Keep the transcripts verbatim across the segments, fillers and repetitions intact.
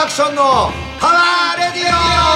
アクションのパワーレディ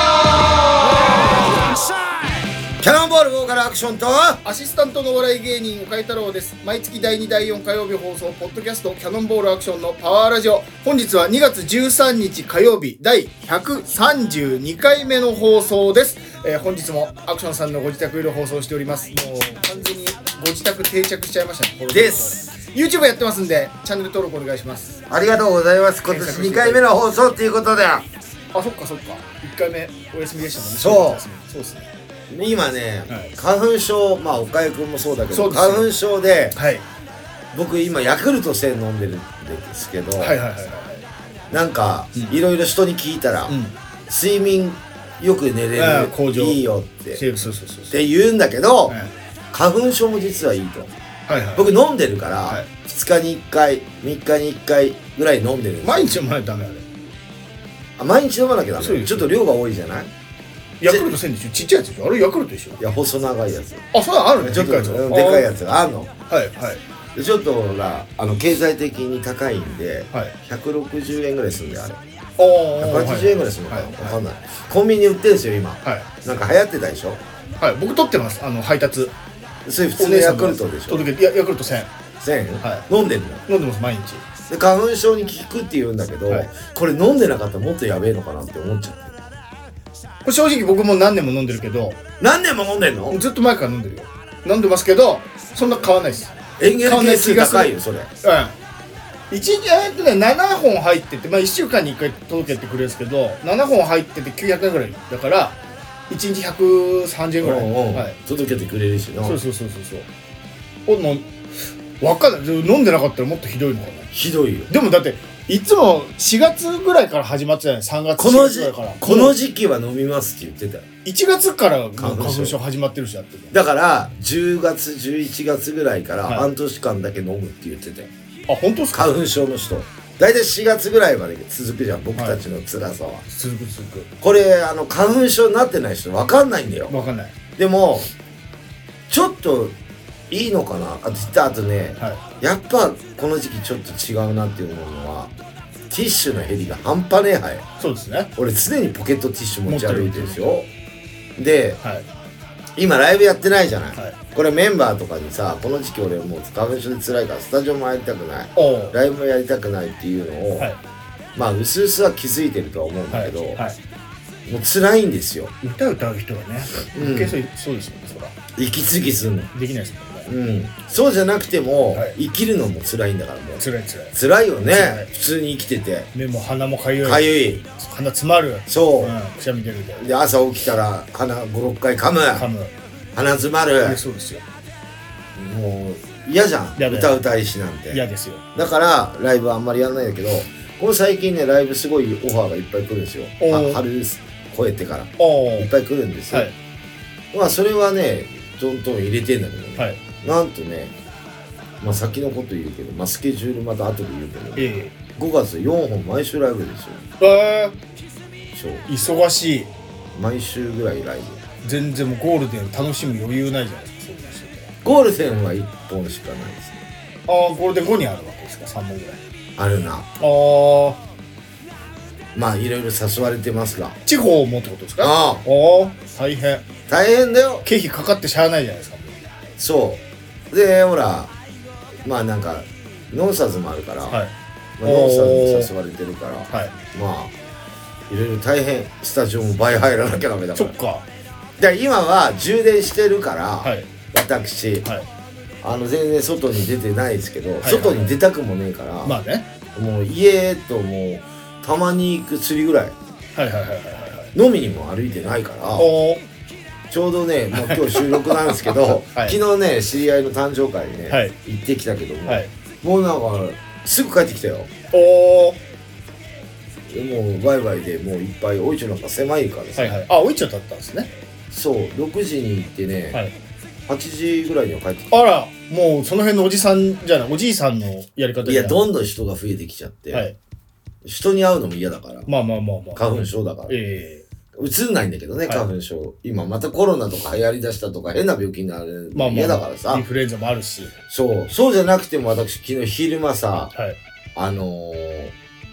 オ。キャノンボールボーカルアクションとアシスタントのお笑い芸人岡井太郎です。毎月だいにだいよん火曜日放送ポッドキャストキャノンボールアクションのパワーラジオ。本日はにがつじゅうさんにち火曜日だいひゃくさんじゅうにかいめの放送です。えー、本日もアクションさんのご自宅で放送しております。もう完全にご自宅定着しちゃいましたね。 です。 YouTube やってますんでチャンネル登録お願いします。 ありがとうございます。今年にかいめの放送っていうことで、あ、 そっかそっか、いっかいめお休みでしたもんね。 そうそうですね。 今ね、 はい、 花粉症、まあ岡井くんもそうだけど、 花粉症で、 はい、 僕今ヤクルトせん飲んでるんですけど、 はいはいはいはい、 なんか、 うん、いいろいろ人に聞いたら、うん、睡眠よく寝れる、いいよってそうそうそうそうって言うんだけど、 はい、 花粉症も実はいいと、はいはい、僕飲んでるから、はい、ふつかにいっかいみっかにいっかいぐらい飲んでるんですよ。 毎日飲まないとダメあれ。あ、 毎日飲まなきゃダメ。ちょっと量が多いじゃない。 ヤクルトせんでしょ、ちっちゃいやつでしょ、あれヤクルトでしょ。 いや、細長いやつ。 あ、そうあるね、 ちょっとでかいやつがあるの。 はいはい。 でちょっとほら、あの経済的に高いんで、はい、ひゃくろくじゅうえんぐらいするんで、あれひゃくはちじゅうえんぐらいするのかな、はい、分かんない。コンビニ売ってるんですよ今、はい、なんか流行ってたでしょ。 はい、僕取ってます、あの配達。 それ普通のヤクルトでしょ。 届けて、ヤクルトせんせん、はい、飲んでるの。 飲んでます、毎日。 で花粉症に効くって言うんだけど、はい、これ飲んでなかったらもっとやべえのかなって思っちゃって。 これ正直僕も何年も飲んでるけど。 何年も飲んでんの？ ずっと前から飲んでるよ。飲んでますけど、そんな変わんないです。 塩原係数高いよそれ。 うん。いちにちえっとねななほん入ってて、まあいっしゅうかんにいっかい届けてくれるんですけど、ななほん入っててきゅうひゃくえんぐらいだからいちにちひゃくさんじゅうえんぐらい、 おうおう、はい、届けてくれるしな。 そうそうそうそうそう。おの分かんない。飲んでなかったらもっとひどいのかな。 ひどいよ。 でもだっていつもしがつぐらいから始まってたよね。さんがつこの時この時期は飲みますって言ってたよ。 いちがつから花粉症始まってるし、あって。 だからじゅうがつじゅういちがつぐらいから半年間だけ飲むって言ってたよ。 あ、本当ですか？ 花粉症の人だいたいしがつぐらいまで続くじゃん、僕たちの辛さは、はい、 続く続く。 これあの花粉症になってない人分かんないんだよ。 分かんない。でもちょっといいのかな。あとあとね、はい、やっぱこの時期ちょっと違うなって思うのはティッシュの減りが半端ねえ。はい、そうですね。俺常にポケットティッシュ持ち歩いてるんですよ。で、はい、今ライブやってないじゃない、はい、これメンバーとかにさ、この時期俺もう花粉症で辛いからスタジオもやりたくない、ライブもやりたくないっていうのを、はい、まあうすうすは気づいてるとは思うんだけど、はいはい、もう辛いんですよ。 歌歌う人はね、うん、そうですよね。そら息継ぎするのできないですもんね。 うん、そうじゃなくても、はい、生きるのも辛いんだから。もう辛い辛い辛いよね。普通に生きてて目も鼻もかゆいかゆい、 鼻詰まる。 そう、うん、 くしゃみ出るで。 で朝起きたら鼻ごろっかい噛む噛む鼻詰まる。 そうですよ。 もう嫌じゃん、歌うたいしなんて。 嫌ですよ。だからライブはあんまりやらないんだけど、この最近ねライブすごいオファーがいっぱい来るんですよ。春越えてからいっぱい来るんですよ、はい、まあそれはねどんどん入れてんだけどね、はい、なんとね、まあ先のこと言うけど、まあスケジュールまた後で言うけど、えー、ごがつよんほん毎週ライブですよ。 えー、そう忙しい。 毎週ぐらいライブ。 全然もうゴールデン楽しむ余裕ないじゃないですか。 ゴールデンはいっぽんしかないですね。 ああ、ゴールデンごにあるわけですか。さんぼんぐらいあるな。ああ、 まあいろいろ誘われてますが。 地方もってことですか。ああ、大変大変だよ。 経費かかってしゃあないじゃないですか。 そうでほら、まあなんかノンサーズもあるから、はい、まあ、ノンサーズも誘われてるから、はい、まあいろいろ大変。スタジオも倍入らなきゃダメだから。そっか。で今は充電してるから、はい、私、はい、あの全然外に出てないですけど、はいはいはい、外に出たくもねえから、まあね、もう家ともうたまに行く釣りぐらい、はいはいはいはい、飲みにも歩いてないから。ちょうどね、もう今日収録なんですけど、はい、昨日ね知り合いの誕生会にね、はい、行ってきたけども、はい、もうなんかすぐ帰ってきたよ。おー、もうバイバイでもういっぱい。おいちょなんか狭いからさ、はいはい、 あ、おいちょだったんですね。 そう、ろくじに行ってね、はい、はちじぐらいには帰ってきた。 あら、もうその辺のおじさんじゃない、おじいさんのやり方じゃない。 いや、どんどん人が増えてきちゃって、はい、人に会うのも嫌だから。 まあまあまあまあ、 花粉症だから、ええー、うつんないんだけどね、花粉症、はい、今またコロナとか流行りだしたとか変な病気になるの嫌だからさ、まあまあまあ、インフルエンザもあるし。そうそうじゃなくても、私昨日昼間さ、はい、あのー、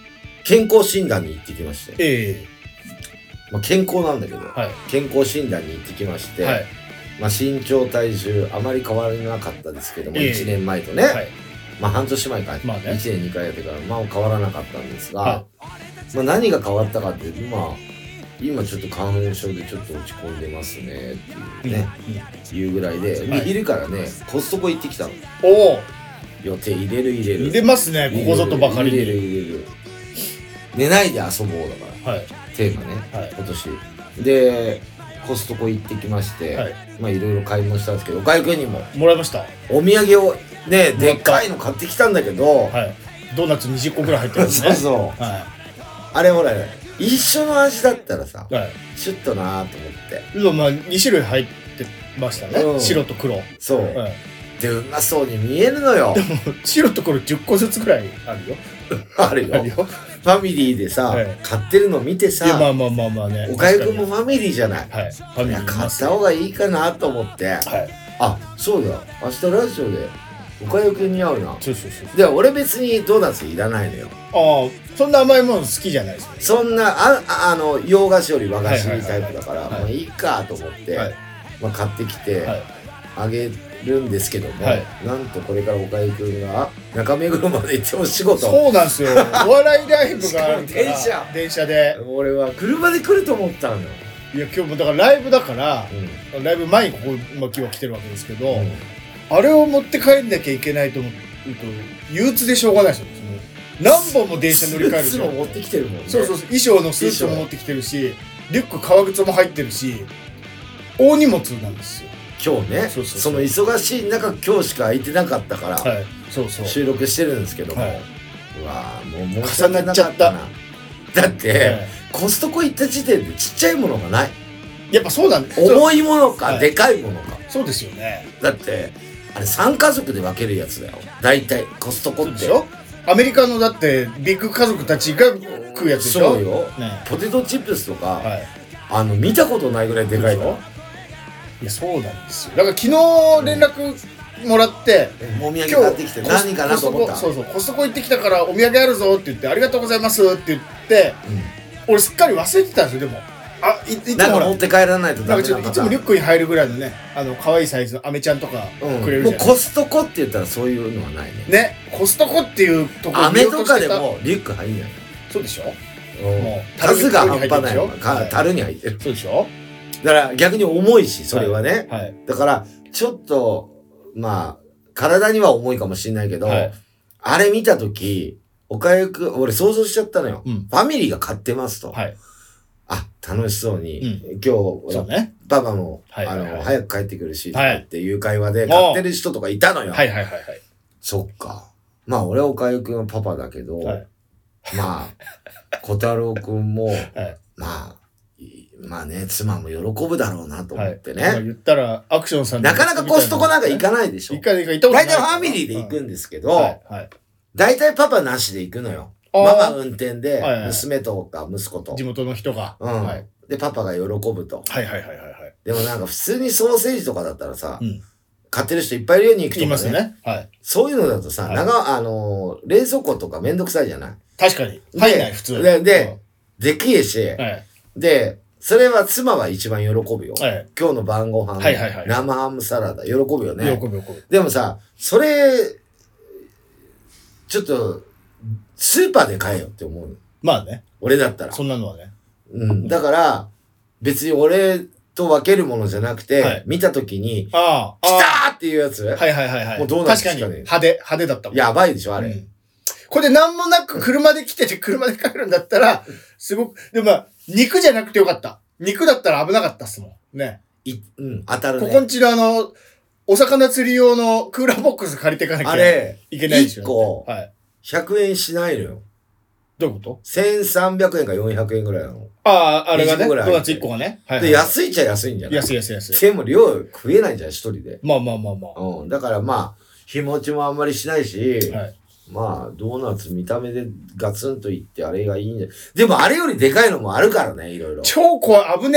健康診断に行ってきまして。 ええまあ、健康なんだけど、 はい、 健康診断に行ってきまして、はい、まあ、身長体重あまり変わらなかったですけども、えー、いちねんまえとね、はい、まあ半年前から、まあね、いちねんにかいやってからまあ変わらなかったんですが、はい、まあ、何が変わったかっていうと、まあ今ちょっと花粉症でちょっと落ち込んでますねっていうね、うん、いうぐらいで、はい、昼からねコストコ行ってきたの。 おお、 予定入れる入れる入れますね、ここぞとばかりに。 入れる入れる寝ないで遊ぼうだから、はい、テーマね、はい、今年でコストコ行ってきまして、はい、まあいろいろ買い物したんですけど、おかゆくんにももらいました。 お土産をね、でっかいの買ってきたんだけど、はい、 ドーナツにじゅっこぐらい入ってるんですね。 そうそう、はい、あれほらね、一緒の味だったらさ、はい、シュッとなーと思って。 まあに種類入ってましたね、うん、白と黒。 そう、はい、でうまそうに見えるのよ。 でも白と黒じゅっこずつぐらいあるよ。 あるよ。あるよ。ファミリーでさ、はい、買ってるの見てさ、いやまあまあまあまあね、 おかゆくんもファミリーじゃない。 はい、ファミリー買った方がいいかなと思って、はい、あ、そうだ、明日ラジオでおかゆくんに合うな。 そうそうそう。 で俺別にドーナツいらないのよ。 ああ、そんな甘いもの好きじゃないですね。 そんなああの洋菓子より和菓子タイプだから、まあいいかと思って、はい、まあ買ってきて、はい、あげるんですけども、はい、なんとこれからおかゆくんが中目黒まで行ってお仕事。 そうなんですよ。お笑いライブがあるから電車電車で俺は車で来ると思ったのよ。 いや今日もだからライブだから、うん、ライブ前にここ、まあ、今日は来てるわけですけど、うん、あれを持って帰んなきゃいけないと思うと憂鬱でしょうがないですよ。何本も電車乗り換えるし、 スーツも持ってきてるもんね。 そうそうそう、衣装のスーツも持ってきてるし、リュック革靴も入ってるし、大荷物なんですよ今日ね。そうそうそう、その忙しい中今日しか空いてなかったから、はい、そうそう収録してるんですけども、はい、うわもう申し訳なかったな。だって、はい、コストコ行った時点でちっちゃいものがない。 やっぱそうなんです。 重いものか、はい、でかいものか。 そうですよね。 だってあれさん家族で分けるやつだよ大体コストコって。 でしょ。アメリカのだってビッグ家族たちが食うやつでしょ。 そうよ、ね、ポテトチップスとか、はい、あの見たことないぐらいでかいから。 いやそうなんですよ。だから昨日連絡もらって、 うん、お土産買ってきて何かなと思った。 そうそう、コストコ行ってきたからお土産あるぞって言って、ありがとうございますって言って、うん、俺すっかり忘れてたんですよ。でもあいいつもなんか持って帰らないとダメなパターン。 いつもリュックに入るぐらいのね、あの可愛いサイズのアメちゃんとかくれるじゃない、うん、 もうコストコって言ったらそういうのはないね。 ね、コストコっていうところアメとかでもリュック入んない。 そうでしょ。 もう数が半端ないのか、樽に入ってる。 そうでしょ。 だから逆に重いし、それはね、はいはい、だからちょっとまあ体には重いかもしれないけど、はい、あれ見たときおかゆく俺想像しちゃったのよ、うん、ファミリーが買ってますと、はい、あ楽しそうに、うん、今日そうね、パパも、はいはいはい、あの早く帰ってくるしっていう会話で買ってる人とかいたのよ。 はいはいはいはい。 そっか。まあ俺はおかゆくんはパパだけど、はい、まあ小太郎くんも、はい、まあまあね、妻も喜ぶだろうなと思ってね。はい、 言ったらアクションさんなかなかコストコなんか行かないでしょ。 行かない行ったことない。 大体ファミリーで行くんですけど、はいはい、大体パパなしで行くのよ。ママ運転で娘とか息子と、 地元の人が、 うん、はい、でパパが喜ぶと。 はいはいはいはい。 でもなんか普通にソーセージとかだったらさ、うん、買ってる人いっぱいいるように行くとかね。いますね。はい。そういうのだとさ、はい、長あの冷蔵庫とかめんどくさいじゃない。 確かに。入んない普通。 で、で、できえし、はい、で。それは妻は一番喜ぶよ。はい、今日の晩ご飯、はいはいはい、生ハムサラダ喜ぶよね。 喜ぶ喜ぶ。 でもさ、それちょっとスーパーで買えよって思う。 まあね。 俺だったら。 そんなのはね。 うん。だから別に俺と分けるものじゃなくて、はい、見たときに、ああ、来たーっていうやつ。 はいはいはいはい。 もうどうなって確かに派手派手だったもん。 やばいでしょあれ。うん、 これで何もなく車で来てて車で帰るんだったらすごくでもまあ。肉じゃなくてよかった。肉だったら危なかったっすもん。ね。 い、うん、当たるね。 ここんちのあの、お魚釣り用のクーラーボックス借りていかなきゃいけないでしょ。 いっこ、はい。ひゃくえんしないのよ。 どういうこと ? せんさんびゃくえんかよんひゃくえんぐらいなの。 ああ、あれがね。ドーナツいっこがね。 はいはい、で、安いっちゃ安いんじゃない？ 安い安い安い。 でも量食えないんじゃん、一人で。 まあまあまあまあ。 うん。だからまあ、日持ちもあんまりしないし、はい。まあ、ドーナツ見た目でガツンといってあれがいいんじゃ。でもあれよりでかいのもあるからね、いろいろ。 超怖い、危ね。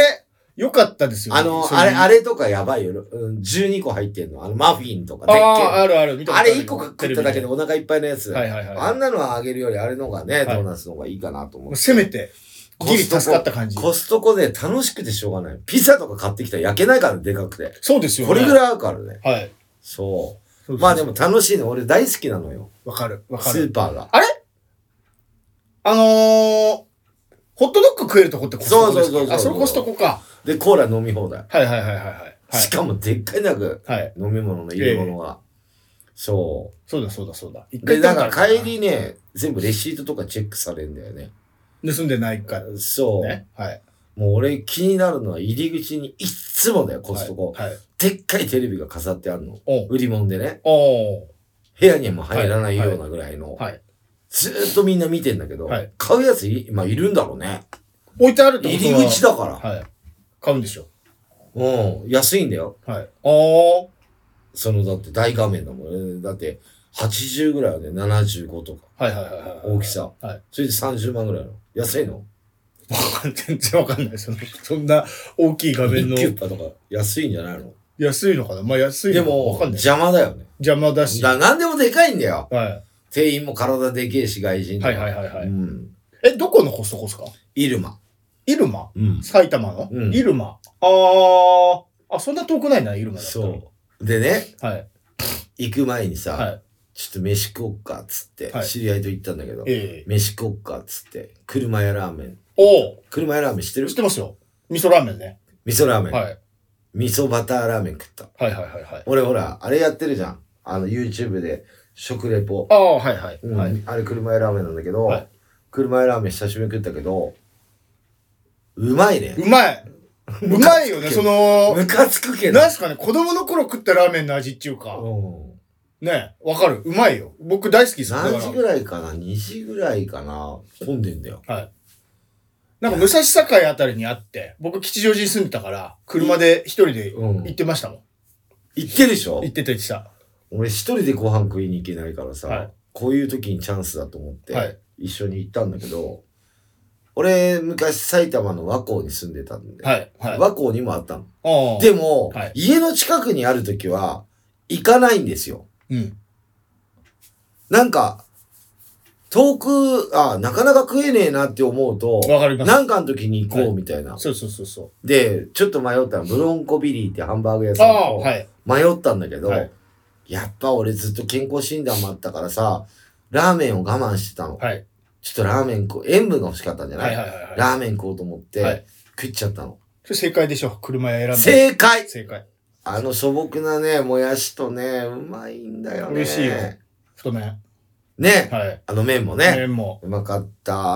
よかったですよね。 あの、あれ、あれとかやばいよ。うん、じゅうにこ入ってんの。あの、マフィンとか。 ああ、あるある。見たことある。 あれいっこ食っただけでお腹いっぱいのやつ。 はいはいはい。 あんなのはあげるよりあれの方がね、ドーナツの方がいいかなと思って。 せめて、ギリ助かった感じ。 コストコで楽しくてしょうがない。ピザとか買ってきたら焼けないからでかくて。 そうですよね。 これぐらいあるからね。 はい。 そう。まあでも楽しいの。俺大好きなのよ。 わかる。わかる。 スーパーが。 あれあのー、ホットドッグ食えるとこってコストコですか？そうそうそうそう。あ、それコストコか。 で、コーラ飲み放題。 はいはいはいはいはい。 しかもでっかいなく、はい、飲み物の入れ物が。そう。 そうだそうだそうだ。 で、なんか帰りね、全部レシートとかチェックされるんだよね。 盗んでないか。 そう。ね。はい。もう俺気になるのは入り口にいっつもだよ、コストコ。はい。はい、でっかいテレビが飾ってあるの。売り物でね。お部屋にも入らないようなぐらいの。はい。はい、ずーっとみんな見てんだけど、はい、買うやつい、まあ、いるんだろうね。 置いてあるってことは入り口だから。 はい。買うんでしょ。 うん。安いんだよ。はい。ああ。その、だって大画面だもん。だって、はちじゅうぐらいはね、ななじゅうごとか。はいはいはいはい。大きさ。はい。それでさんじゅうまんぐらいの。安いの？ 全然わかんない。その、そんな大きい画面の。 キュッパとか安いんじゃないの？ 安いのかな？まあ安いのかわかんない。 邪魔だよね。 邪魔だし。 だなんでもでかいんだよ。はい。店員も体でけえし、外人とか。 はいはいはいはい。うん。え、どこのコストコですか？ 入間。 入間？うん。埼玉の？うん。入間。あー。あ、そんな遠くないな、入間だったら。そう。でね。はい。行く前にさ、はい、ちょっと飯食おっかっつって、はい、知り合いと行ったんだけど、えー、飯食おっかっつって、車屋ラーメン。おお。車屋ラーメン知ってる？ 知ってますよ。味噌ラーメンね。 味噌ラーメン。はい。味噌バターラーメン食った。はいはいはいはい。俺ほら、あれやってるじゃん。あの、YouTube で食レポ。 ああ、はいはい。 うん、はい、あれ車屋ラーメンなんだけど、はい、車屋ラーメン久しぶりに食ったけど、うまいね。 うまいうまいよね、その、 ムカつくけど。 なんすかね、子供の頃食ったラーメンの味っていうか。うんねえ、わかる。うまいよ。僕大好きです。 何時ぐらいかな ?に 時ぐらいかな混んでんだよ。はい。 なんか武蔵境あたりにあって、僕吉祥寺に住んでたから、車で一人で行ってましたもん。うん、 行ってるでしょ？ 行ってたりした。 俺一人でご飯食いに行けないからさ、はい、こういう時にチャンスだと思って、はい、一緒に行ったんだけど、俺昔埼玉の和光に住んでたんで、はいはい、和光にもあったの。でも、はい、家の近くにある時は行かないんですよ。うん。なんか、遠く、あ、なかなか食えねえなって思うと、わかります。なんかの時に行こうみたいな。はい、 そうそうそうそう。 で、ちょっと迷ったの、ブロンコビリーってハンバーグ屋さんと、はい、迷ったんだけど、はい、やっぱ俺ずっと健康診断もあったからさ、ラーメンを我慢してたの。はい、ちょっとラーメン食う、塩分が欲しかったんじゃない？はいはいはいはい、ラーメン食おうと思って、はい、食っちゃったの。 それ正解でしょ、車屋選んで。 正解正解。 あの素朴なね、もやしとね、うまいんだよね。 美味しいよ。太麺。 ね。はい。あの麺もね。 麺も。 うまかった、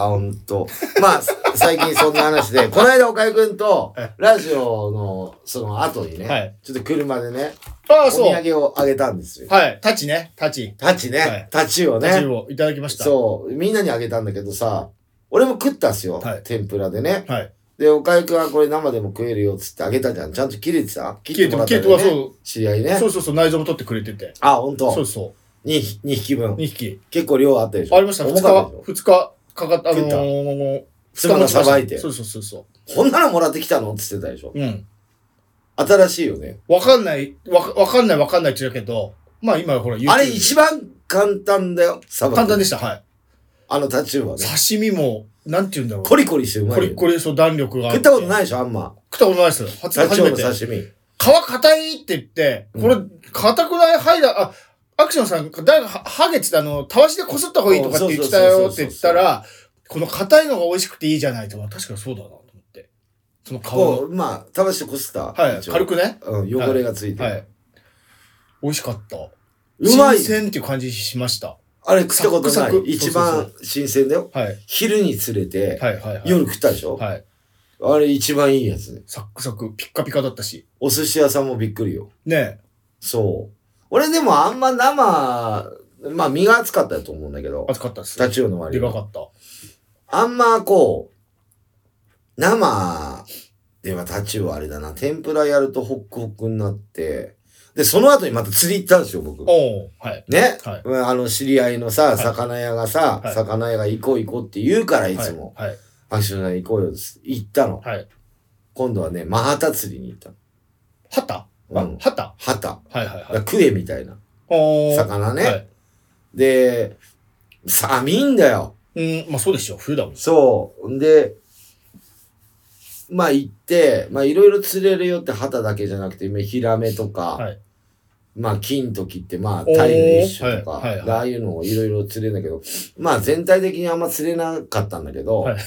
ほんと。まあ、最近そんな話で、この間岡井くんと、ラジオの、その後にね、はい、ちょっと車でね、ああ、そう。お土産をあげたんですよ。 はい。タチね。タチ。 タチね。はい、タチをね。 タチをいただきました。 そう。みんなにあげたんだけどさ、俺も食ったんすよ。はい、天ぷらでね。はい。で、岡井くんはこれ生でも食えるよっつってあげたじゃん。ちゃんと切れてた？切ってもらったんだよね。切れても、そう。 知り合いね。そうそうそう、内臓も取ってくれてて。 あ、ほんと？ そうそう。 に、にひきぶん。 にひき。 結構量あったでしょ？ ありました。ふつか、ふつかかかった、あのー、 妻がさばいて。 そうそうそうそう。 こんなのもらってきたのって言ってたでしょ？うん。新しいよね。 わかんない、わ、わかんないわかんないって言うけど、まあ今ほら、 あれ一番簡単だよ、 さばく。簡単でした、はい。 あのタチウオはね。 刺身も、なんて言うんだろう。 コリコリしてうまい。 コリコリ、そう、弾力があって。 食ったことないでしょ、あんま。 食ったことないですよ。初めて。タチウオの刺身。皮硬いって言って、これ、硬くないはいだ、あ、アクションさん、誰か、ハゲって言ったの、たわしでこすった方がいいとかって言ってたよって言ったら、この硬いのが美味しくていいじゃないとか、確かにそうだなと思って。その皮を。 まあ、たわしでこすった。 はい、軽くね。 うん、汚れがついて。はい。 美味しかった。 うまい。 新鮮っていう感じしました。 あれ食ったことない。一番新鮮だよ。はい。昼に釣れて、はいはいはい。夜食ったでしょ？はい。あれ一番いいやつね。 サックサク、ピッカピカだったし。 お寿司屋さんもびっくりよ。 ねえ。 そう。俺でもあんま生、まあ身が厚かったと思うんだけど。 厚かったっす。 タチウオの割に。でかかった。 あんまこう、生ではタチウオあれだな。天ぷらやるとホックホクになって、で、その後にまた釣り行ったんですよ、僕。 おはい。 ね、はい、あの、知り合いのさ、魚屋がさ、はい、魚屋が行こう行こうって言うから、いつも。はい。アクション屋行こうよ、行ったの。はい。 今度はね、マハタ釣りに行った。 ハタうん。 ハタハタ。 はいはいはい。 クエみたいな。魚ね。はい、で、寒いんだよ。 うん、まあそうでしょ。冬だもん。 そう。んで、まあ行って、まあいろいろ釣れるよってハタだけじゃなくて、ヒラメとか、はい、まあ金時ってまあタイの一種とか、はいはいはい、ああいうのをいろいろ釣れるんだけど、まあ全体的にあんま釣れなかったんだけど、はい、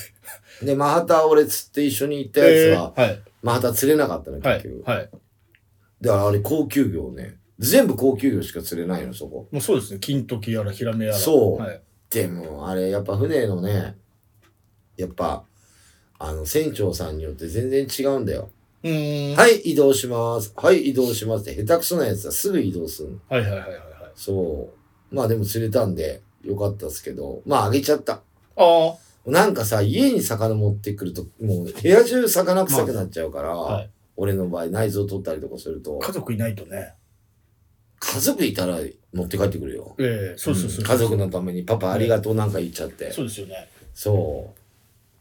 で、マハタ俺釣って一緒に行ったやつは、えーはい、マハタ釣れなかったの結局。はいはい、だからあれ高級魚ね。全部高級魚しか釣れないの、そこ。 もうそうですね。金時やらヒラメやら。 そう。はい、でも、あれ、やっぱ船のね、やっぱ、あの、船長さんによって全然違うんだよ。うーん。はい、移動します。はい、移動しますって、下手くそなやつはすぐ移動するの。 はいはいはいはい、はい。 そう。まあでも釣れたんで、よかったですけど、まああげちゃった。ああ。 なんかさ、家に魚持ってくると、もう部屋中魚臭くなっちゃうから、まあはい、俺の場合内臓取ったりとかすると。 家族いないとね。 家族いたら持って帰ってくるよ。 ええー、そうそうそう、うん。 家族のためにパパありがとうなんか言っちゃって。 そうですよね。 そう。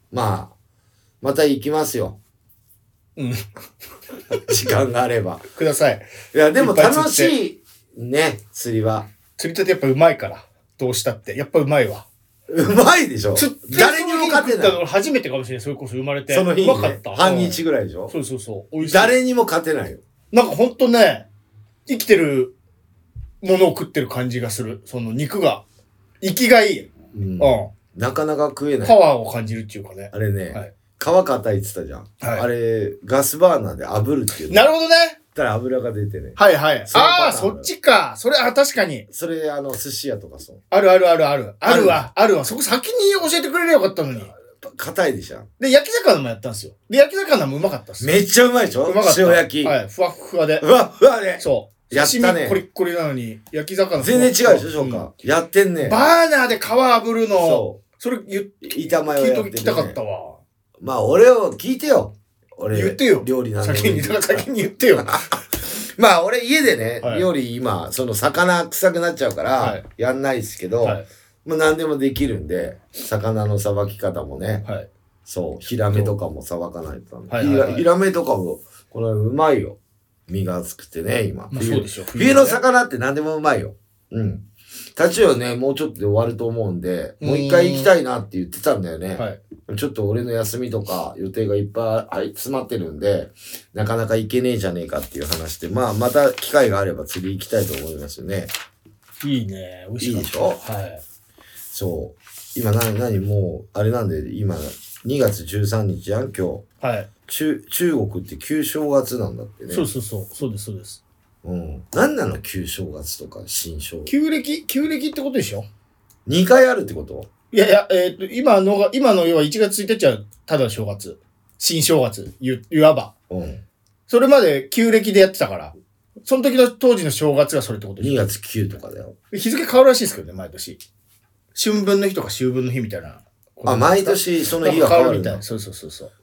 まあ、また行きますよ。うん。時間があれば。 ください。 いや、でも楽しいね、釣りは。 釣りたてやっぱうまいから。どうしたって。やっぱうまいわ。 うまいでしょ。誰にも勝てない。 初めてかもしれない。それこそ生まれて。 その日に、ね、 うまかった。 半日ぐらいでしょ。 そうそうそう。美味しい。 誰にも勝てないよ。 なんかほんとね、生きてるものを食ってる感じがする。その肉が。生きがいい。 うん。うん、なかなか食えない。 パワーを感じるっていうかね。 あれね、はい、皮硬いって言ってたじゃん。はい、あれ、ガスバーナーで炙るっていう。 なるほどね。 たら油が出てね。 はいはい。ああ、そっちか。それ、あ、確かに。 それ、あの、寿司屋とかそう。 あるあるあるある。あるわ、あるわ。そこ先に教えてくれればよかったのに。 硬いでしょ。 で、焼き魚もやったんですよ。で、焼き魚もうまかったっす。 めっちゃうまいでしょ。 うまかった。 塩焼き。 はい。ふわふわで。 ふわふわで。 そう。 やったね。 コリッコリなのに、焼き魚全然違うでしょ、そうか。やってんね。 バーナーで皮炙るの。そう。それ言って、 板前をやって聞いときたかったわ。 まあ、俺を聞いてよ。俺。 言ってよ。 料理なんで。先に、だから先に言ってよ。 まあ、俺家でね、はい、料理今、その魚臭くなっちゃうから、やんないですけど、はい、まあ何でもできるんで、魚のさばき方もね、はい、そう、ヒラメとかもさばかないと、はいはいはい、ヒラメとかも、これうまいよ。身が厚くてね、今。 まあ、そうでしょ。 冬の魚って何でもうまいよ。うん。タチウオね、もうちょっとで終わると思うんで、もう一回行きたいなって言ってたんだよね。はい、ちょっと俺の休みとか予定がいっぱい詰まってるんで、なかなか行けねえじゃねえかっていう話で、まあまた機会があれば釣り行きたいと思いますよね。 いいね。美味しい。 いいでしょ？はい。そう。今な、なにもう、あれなんで、今、にがつじゅうさんにちじゃん、今日。はい。中、中国って旧正月なんだってね。 そうそうそう。そうです、そうです。 うん。何なの旧正月とか新正月。 旧暦、旧暦ってことでしょ？ にかいあるってこと？ いやいや、えっと、今のが、今の要はいちがつついたちはただ正月。新正月。い、いわば。うん。それまで旧暦でやってたから。その時の当時の正月がそれってことでしょ？ にがつくとかだよ。 日付変わるらしいですけどね、毎年。春分の日とか秋分の日みたいな。 あ、毎年その日が変わるみたいな。 そうそうそうそう。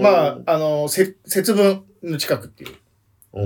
まあ、あの、せ、節分の近くっていう。 うん。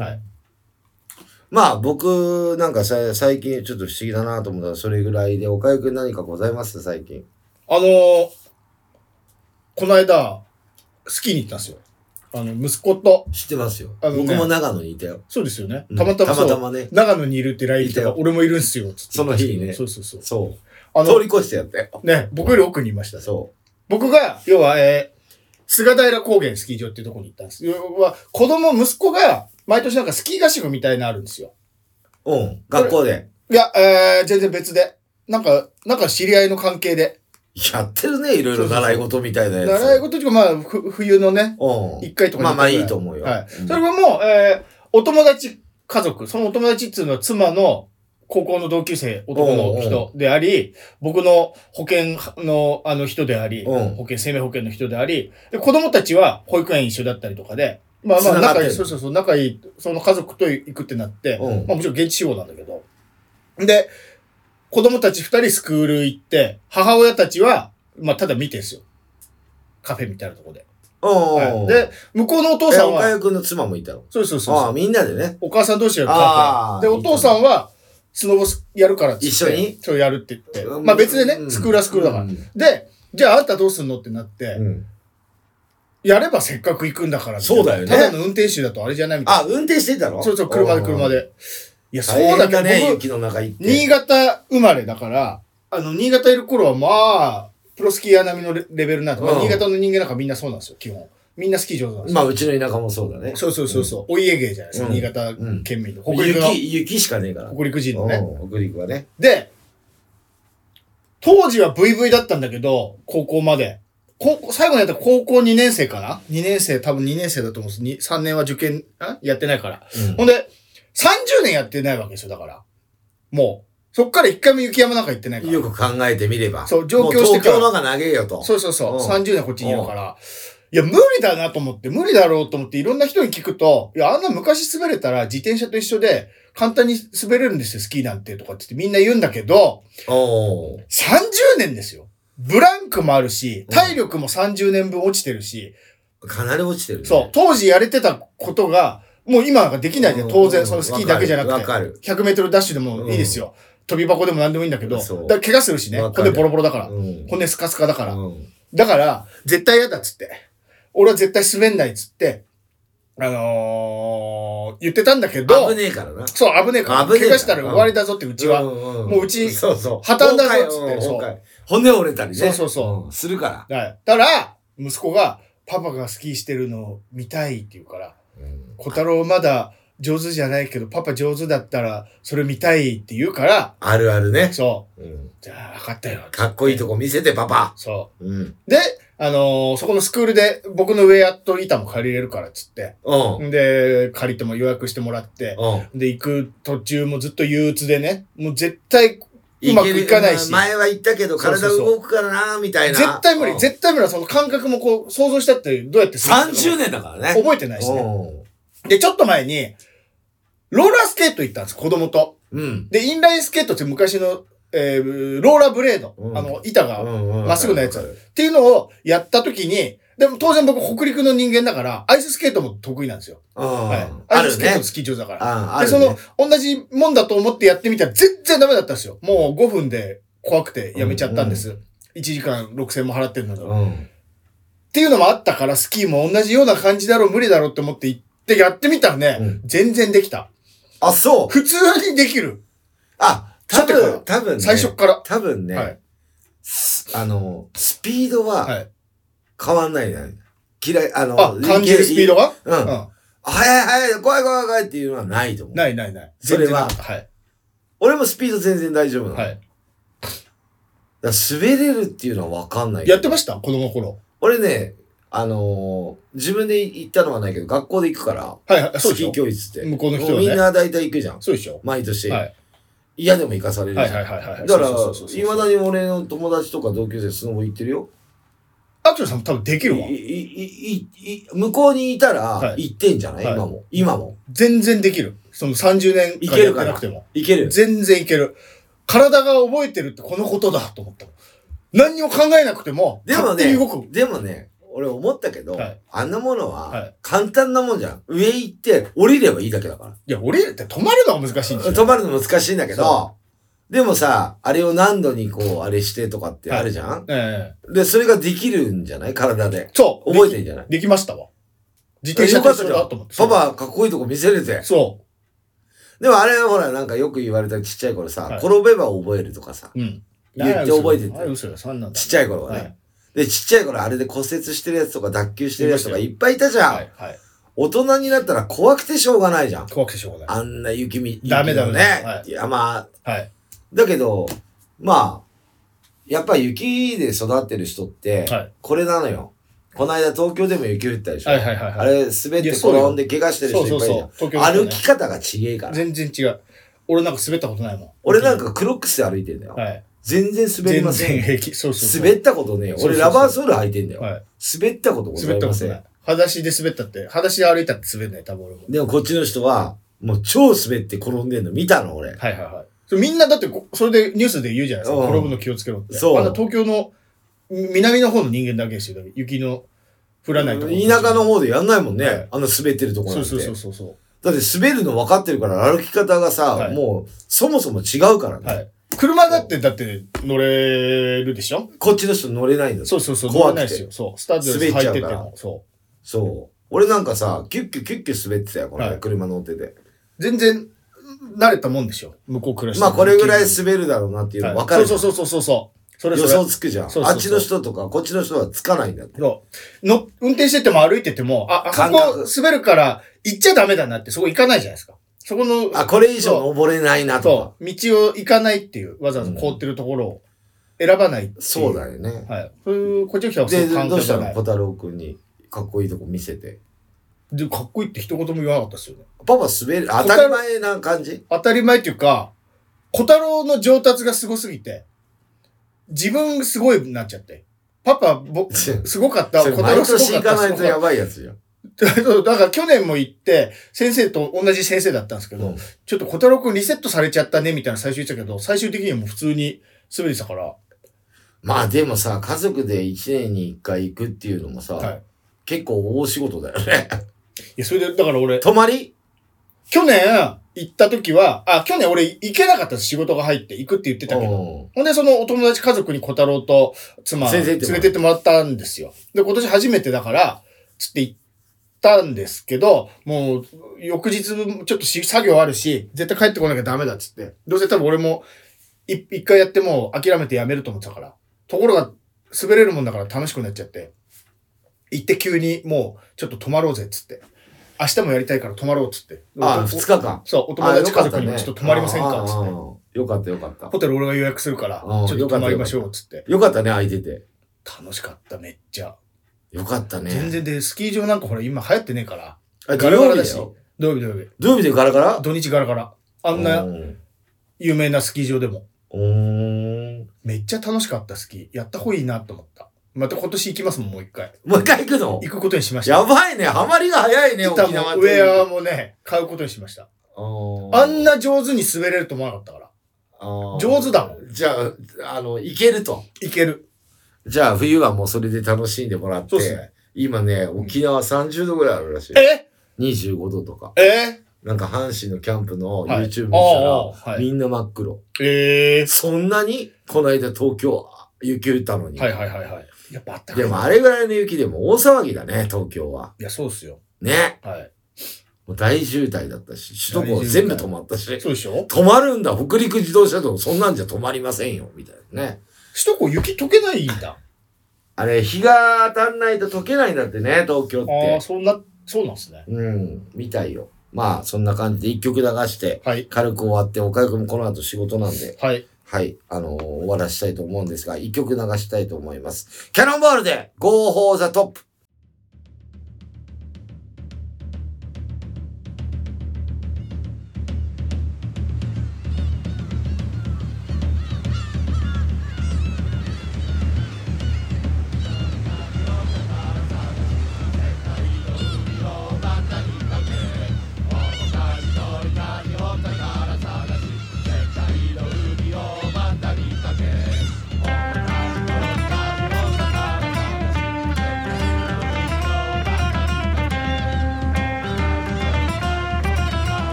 はい。まあ僕なんかさ最近ちょっと不思議だなと思ったらそれぐらいで、おかゆくん何かございます最近？ あのー、この間スキーに行ったんですよ。あの息子と。 知ってますよ。あの、ね、僕も長野にいたよ。 そうですよね。たまたまそう、うん、たまたまね。長野にいるってライン来たら俺もいるんすよ。つってその日にね。 そうそうそう。 そう。あの通り越してやったよ。 ね、僕より奥にいました、ね。 そう。 僕が要はえー、菅平高原スキー場っていうところに行ったんです。要は子供息子が毎年なんかスキー合宿みたいなのあるんですよ。 うん。学校で。 いや、えー、全然別で。なんか、なんか知り合いの関係で。 やってるね、いろいろ習い事みたいなやつ。 習い事っていうか、まあ、ふ冬のね、 うん。 一回とかまあまあいいと思うよ。 はい。うん、それがもう、えー、お友達家族、そのお友達っていうのは妻の高校の同級生、男の人であり、僕の保険のあの人であり、保険、生命保険の人であり、で、子供たちは保育園一緒だったりとかで、まあまあ仲いい、そうそうそう、仲いい、その家族と行くってなって、うん、まあもちろん現地集合なんだけど。で、子供たち二人スクール行って、母親たちは、まあただ見てんすよ。カフェみたいなとこで。はい、で、向こうのお父さんは。 おかゆくんの妻もいたの？ そうそうそう。 ああ、みんなでね。 お母さん同士がカフェ。で、お父さんは、スノボやるからって一緒にそうやるって言って。まあ別でね、スクールはスクールだから。うん、で、じゃああんたどうすんのってなって、うんやればせっかく行くんだから。 そうだよね。 ただの運転手だとあれじゃないみたいな。 あ、運転してたの？ そうそう、車で車で。いや、そうだけど、 ね、雪の中行って。 新潟生まれだから、あの、新潟いる頃はまあ、プロスキーヤー並みのレベルなんで、まあ、新潟の人間なんかみんなそうなんですよ、基本。みんなスキー上手なんですよ。 まあ、うちの田舎もそうだね。 そうそうそうそう。お家芸じゃないですか、新潟県民の。 北陸の。雪、雪しかねえから。 北陸人のね。 北陸はね。で、 当時は ブイブイ だったんだけど、高校まで。高校、最後にやった高校にねん生かな ?に 年生、多分にねん生だと思うんです。さんねんは受験、やってないから。うん、ほんで、さんじゅうねんやってないわけですよ、だから。もう。そっから一回も雪山なんか行ってないから。 よく考えてみれば。 そう、上京してから。 東京の方が長えよと。 そうそうそう。うん、さんじゅうねんこっちにいるから。いや、無理だなと思って、無理だろうと思って、いろんな人に聞くと、いや、あんな昔滑れたら自転車と一緒で、簡単に滑れるんですよ、スキーなんて、とかって言ってみんな言うんだけど、さんじゅうねんですよ。ブランクもあるし、体力もさんじゅうねんぶん落ちてるし。 かなり落ちてる、ね。 そう。当時やれてたことが、もう今なんかできないじゃん。当然、そのスキーだけじゃなくて。 わかる。 ひゃくメートルダッシュでもいいですよ。飛び箱でも何でもいいんだけど、だから怪我するしね。骨ボロボロだから。うん、骨スカスカだから。うん、だから、絶対嫌だっつって。俺は絶対滑んないっつって、あのー、言ってたんだけど。 危ねえからな。 そう、危ねえから。怪我したら終わりだぞって、うちは。うんうん、もううち、 そうそう破綻だぞっつって。そう。 骨折れたりね。 そうそうそう。 うん、するから。 はい。だから、息子が、パパがスキーしてるのを見たいって言うから、小太郎まだ上手じゃないけど、パパ上手だったら、それ見たいって言うから。 あるあるね。 そう。うん、じゃあ、分かったよ。 かっこいいとこ見せて、パパ。 そう。うん、で、あのー、そこのスクールで僕のウェアと板も借りれるからっつって。うん。で、借りても予約してもらって。うん。で、行く途中もずっと憂鬱でね。もう絶対うまくいかないし。 前は言ったけど体動くからなみたいな。 絶対無理。絶対無理。その感覚もこう想像したってどうやってするのさんじゅうねんだからね。 覚えてないしね。で、ちょっと前に、ローラースケート行ったんです、子供と。うん。で、インラインスケートって昔の、えー、ローラーブレード。うん、あの、板がまっすぐなやつ。っていうのをやった時に、でも当然僕北陸の人間だから、アイススケートも得意なんですよ。はい。アイススケートスキー上手だから。ね、で、その、同じもんだと思ってやってみたら全然ダメだったんですよ。もうごふんで怖くてやめちゃったんです。うんうん、いちじかんろくせんも払ってるのに、うん。っていうのもあったから、スキーも同じような感じだろう、無理だろうって思って行ってやってみたらね、うん、全然できた。 あ、そう。 普通にできる。 あ、多分、多分ね。 最初から。 多分ね。はい、あの、スピードは、変わんないね。嫌い、あの、 あ、感じるスピードがうん。うん。早い早い、怖い怖い怖いっていうのはないと思う。 ないないない。 それは、はい。俺もスピード全然大丈夫なの。はい。だ滑れるっていうのは分かんない。 やってました子供の頃。 俺ね、あのー、自分で行ったのはないけど、学校で行くから、 はいはい、そうでしょ。 スキー教室って。 向こうの人は、 ね、みんな大体行くじゃん。 そうでしょ。 毎年。はい。嫌でも行かされるじゃん。 はいはいはいはい。 だから、いまだに俺の友達とか同級生スノボ行ってるよ。 アクションさんも多分できるわ。 い、い、い、い、向こうにいたら、行ってんじゃない、はい、今も。今も。 全然できる。そのさんじゅうねん間やってなくても。 いける。 全然いける。体が覚えてるってこのことだと思った。何にも考えなくても、 でもね、でもね、俺思ったけど、はい、あんなものは、簡単なもんじゃん。上行って、降りればいいだけだから。いや、降りるって止まるのが難しいんですよ。 止まるの難しいんだけど、でもさ、あれを何度にこう、あれしてとかってあるじゃん、はい、ええー、で、それができるんじゃない体で。 そう。 覚えてんじゃないできましたわ。自転車と一緒だと思って。 パパ、かっこいいとこ見せれて。 そう。 でもあれはほら、なんかよく言われたちっちゃい頃さ、はい、転べば覚えるとかさ、うん、言って覚えてて。 あれ嘘よ、そんなんだ。 ちっちゃい頃はね。はい、で、ちっちゃい頃あれで骨折してるやつとか脱臼してるやつとかいっぱいいたじゃん。はいはい、大人になったら怖くてしょうがないじゃん。 怖くてしょうがない。 あんな雪み、 ダメだね。 はい、山。はい。だけど、まあ、やっぱ雪で育ってる人って、これなのよ。この間東京でも雪降ったでしょ。はいはいはい、はい。あれ滑って転んで怪我してる人いっぱいいるじゃん。そうそうそう、ね、歩き方が違えから。 全然違う。俺なんか滑ったことないもん。 俺なんかクロックスで歩いてんだよ。はい。全然滑りません。 全然平気。そうそうそう。 滑ったことねえよ。俺ラバーソール履いてんだよ。はい。滑ったことございません。 滑ったことない。裸足で滑ったって、裸足で歩いたって滑んない、多分俺も。 でもこっちの人は、もう超滑って転んでんの見たの俺。 はいはいはい。それみんなだって、それでニュースで言うじゃないですか。転ぶの気をつけろって。そう。あの東京の南の方の人間だけですよ。雪の降らないところ。 田舎の方でやんないもんね。はい、あの滑ってるところなんて。 そうそうそうそう。 だって滑るの分かってるから歩き方がさ、はい、もうそもそも違うからね。はい、 車だって、だって乗れるでしょ？ こっちの人乗れないんだ。 そうそうそう。乗れないですよ。そう。スタッドレス履いてても。そう。 そう俺なんかさキュッキュキュッキュ滑ってたよこの、はい、車乗ってて全然慣れたもんでしょ向こう暮らしてまあこれぐらい滑るだろうなっていうの分かる、はい、 そうそうそうそうそうそれそれ予想つくじゃん。そうそうそうあっちの人とかこっちの人はつかないんだって。 そうの運転してても歩いててもああそこ滑るから行っちゃダメだなってそこ行かないじゃないですか。そこのあこれ以上登れないなとかそう道を行かないっていうわざわざ凍ってるところを選ばないっていう、うん、 そうだよね。 はい。そういうこっちの人はそういう感覚じゃない。でどうしたの小太郎くんにかっこいいとこ見せて。 でかっこいいって一言も言わなかったですよね。 パパ滑る当たり前な感じ？ 当たり前っていうか小太郎の上達がすごすぎて。自分すごいなっちゃって。パパ、ぼ、すごかった。 小太郎すごかった。毎年行かないとやばいやつよ。 だから去年も行って、先生と同じ先生だったんですけど、うん、ちょっと小太郎くんリセットされちゃったね、みたいな最初言ってたけど、最終的にはもう普通に滑りてたから。 まあでもさ、家族でいちねんにいっかい行くっていうのもさ、はい、結構大仕事だよね。 いや、それで、だから俺。 泊まり？ 去年行った時は、あ、去年俺行けなかったです。仕事が入って行くって言ってたけど。ほんで、そのお友達家族に小太郎と妻連れてってもらったんですよ。で、今年初めてだから、つって行ったんですけど、もう、翌日ちょっと作業あるし、絶対帰ってこなきゃダメだっつって。どうせ多分俺も、一回やってもう諦めてやめると思ってたから。ところが、滑れるもんだから楽しくなっちゃって。行って急にもう、ちょっと泊まろうぜっつって。明日もやりたいから泊まろうっつって。 ああ、二日間。 そう、お友達家族にもちょっと泊まりませんかっつって。 よかったよかった。 ホテル俺が予約するから、ちょっと泊まりましょうっつって。 よかったね、空いてて。 楽しかった、めっちゃ。 よかったね。 全然で、スキー場なんかほら今流行ってねえから。 あ、ガラガラだし。 土曜日土曜日。 土曜日でガラガラ？ 土日ガラガラ。あんな有名なスキー場でも。めっちゃ楽しかったスキー。やった方がいいなと思った。また今年行きますもん、もう一回。 もう一回行くの？ 行くことにしました。 やばいね。ハマりが早いね、沖縄ウェアもね、買うことにしました。あんな上手に滑れると思わなかったから。上手だもん。 じゃあ、あの、行けると。 行ける。 じゃあ、冬はもうそれで楽しんでもらって。 そうですね。 今ね、沖縄さんじゅうどぐらいあるらしい。 え ? にじゅうごどとか。 えなんか阪神のキャンプの YouTube 見したら、はい、みんな真っ黒。 えー、 そんなにこの間東京雪降ったのに。 はいはいはいはい。やっぱあったかい。 でもあれぐらいの雪でも大騒ぎだね、東京は。 いや、そうっすよ。 ね。 はい。 もう大渋滞だったし、首都高全部止まったし。 そうでしょ？ 止まるんだ。北陸自動車道、そんなんじゃ止まりませんよ、みたいなね。 首都高雪溶けないんだ。 あれ、日が当たんないと溶けないんだってね、東京って。 ああ、そんな、そうなんすね。 うん、みたいよ。まあ、そんな感じで一曲流して、 はい、 軽く終わって、岡井くんもこの後仕事なんで、 はい。 はい、あのー、終わらしたいと思うんですが、一曲流したいと思います。キャノンボールで、Go for the Top!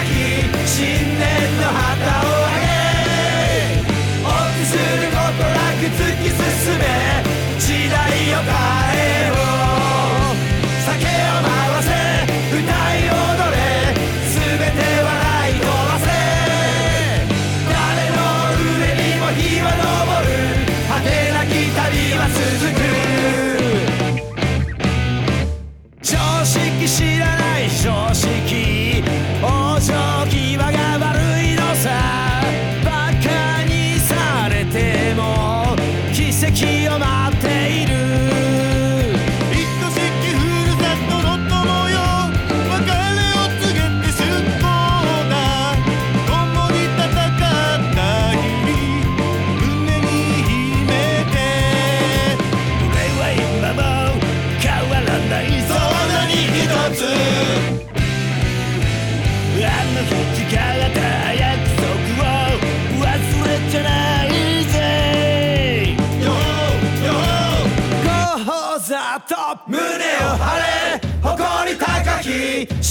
新年の旗を上げお送りすることだけ